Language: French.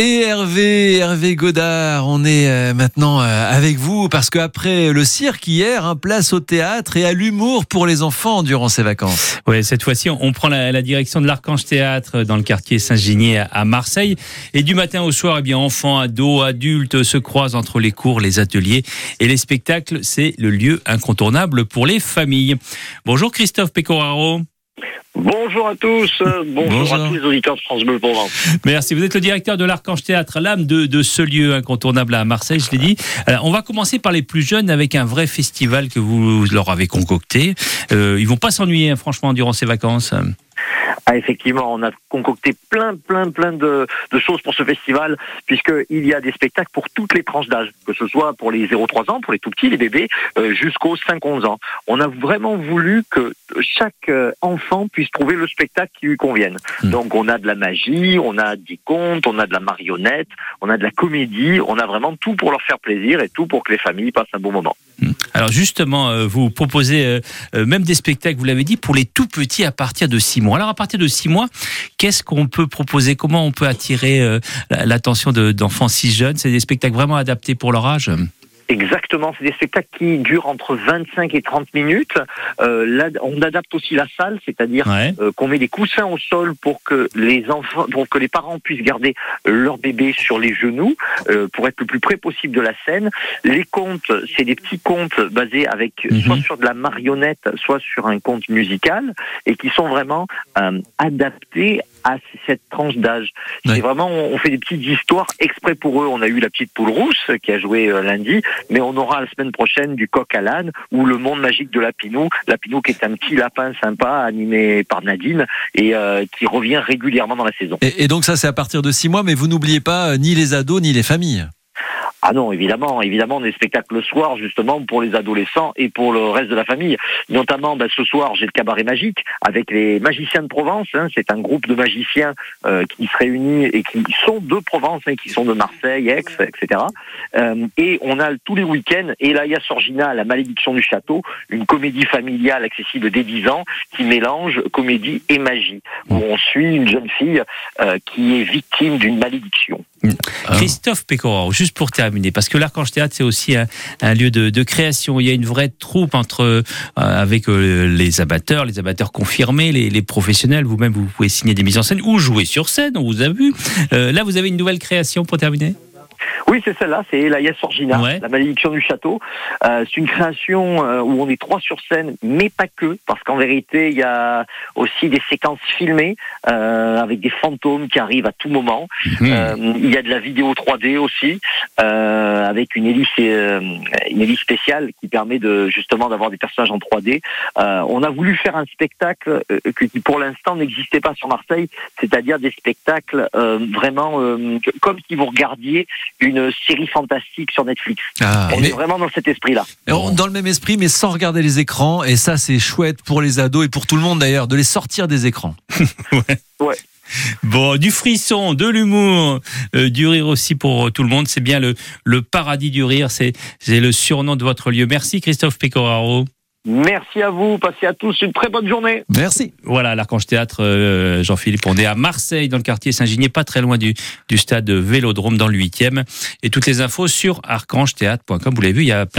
Et Hervé Godard, on est maintenant avec vous parce qu'après le cirque hier, place au théâtre et à l'humour pour les enfants durant ces vacances. Oui, cette fois-ci, on prend la direction de l'Archange Théâtre dans le quartier Saint-Ginier à Marseille. Et du matin au soir, enfants, ados, adultes se croisent entre les cours, les ateliers et les spectacles. C'est le lieu incontournable pour les familles. Bonjour Christophe Pecoraro. Bonjour à tous, bonjour à tous les auditeurs de France Bleu Provence. Merci, vous êtes le directeur de l'Archange Théâtre, l'âme de ce lieu incontournable à Marseille, je l'ai dit. On va commencer par les plus jeunes avec un vrai festival que vous leur avez concocté. Ils vont pas s'ennuyer, franchement, durant ces vacances. Ah, effectivement, on a concocté plein de choses pour ce festival, puisqu'il y a des spectacles pour toutes les tranches d'âge, que ce soit pour les 0-3 ans, pour les tout petits, les bébés, jusqu'aux 5-11 ans. On a vraiment voulu que chaque enfant puisse trouver le spectacle qui lui convienne. Donc on a de la magie, on a des contes, on a de la marionnette, on a de la comédie, on a vraiment tout pour leur faire plaisir et tout pour que les familles passent un bon moment. Alors justement, vous proposez même des spectacles, vous l'avez dit, pour les tout petits à partir de 6 mois. Alors à partir de 6 mois, qu'est-ce qu'on peut proposer? Comment on peut attirer l'attention d'enfants si jeunes? C'est des spectacles vraiment adaptés pour leur âge? Exactement, c'est des spectacles qui durent entre 25 et 30 minutes. Là, on adapte aussi la salle, c'est-à-dire qu'on met des coussins au sol pour que les enfants, pour que les parents puissent garder leur bébé sur les genoux, pour être le plus près possible de la scène. Les contes, c'est des petits contes basés avec soit sur de la marionnette, soit sur un conte musical, et qui sont vraiment adaptés à cette tranche d'âge. C'est vraiment, on fait des petites histoires exprès pour eux. On a eu la petite poule rousse qui a joué lundi, mais on aura la semaine prochaine du coq à l'âne ou le monde magique de Lapinou. Lapinou qui est un petit lapin sympa animé par Nadine et qui revient régulièrement dans la saison. Et donc ça c'est à partir de 6 mois, mais vous n'oubliez pas ni les ados ni les familles. Ah non, évidemment, des spectacles le soir, justement, pour les adolescents et pour le reste de la famille. Notamment, ce soir, j'ai le cabaret magique avec les magiciens de Provence. C'est un groupe de magiciens qui se réunit et qui sont de Provence, qui sont de Marseille, Aix, etc. Et on a tous les week-ends Elia Sorgina, La malédiction du château, une comédie familiale accessible dès 10 ans qui mélange comédie et magie, où on suit une jeune fille qui est victime d'une malédiction. Christophe Pecoraro, juste pour terminer, parce que l'Archange Théâtre c'est aussi un lieu de création. Il y a une vraie troupe avec les amateurs confirmés, les professionnels. Vous-même vous pouvez signer des mises en scène ou jouer sur scène. On vous a vu. Là vous avez une nouvelle création pour terminer. Oui, c'est celle-là, c'est Elia Sorgina, La malédiction du château. C'est une création où on est 3 sur scène, mais pas que, parce qu'en vérité, il y a aussi des séquences filmées avec des fantômes qui arrivent à tout moment. Il y a de la vidéo 3D aussi, avec une hélice spéciale qui permet justement d'avoir des personnages en 3D. On a voulu faire un spectacle qui pour l'instant n'existait pas sur Marseille, c'est-à-dire des spectacles vraiment comme si vous regardiez une série fantastique sur Netflix. On est vraiment dans cet esprit-là. Dans le même esprit, mais sans regarder les écrans. Et ça, c'est chouette pour les ados et pour tout le monde d'ailleurs, de les sortir des écrans. Ouais. Bon, du frisson, de l'humour, du rire aussi pour tout le monde. C'est bien le paradis du rire. C'est le surnom de votre lieu. Merci Christophe Pecoraro. Merci à vous, passez à tous une très bonne journée. Merci. Voilà, l'Archange Théâtre, Jean-Philippe, on est à Marseille, dans le quartier Saint-Ginier, pas très loin du stade Vélodrome, dans le 8e. Et toutes les infos sur archangethéâtre.com. Vous l'avez vu, il y a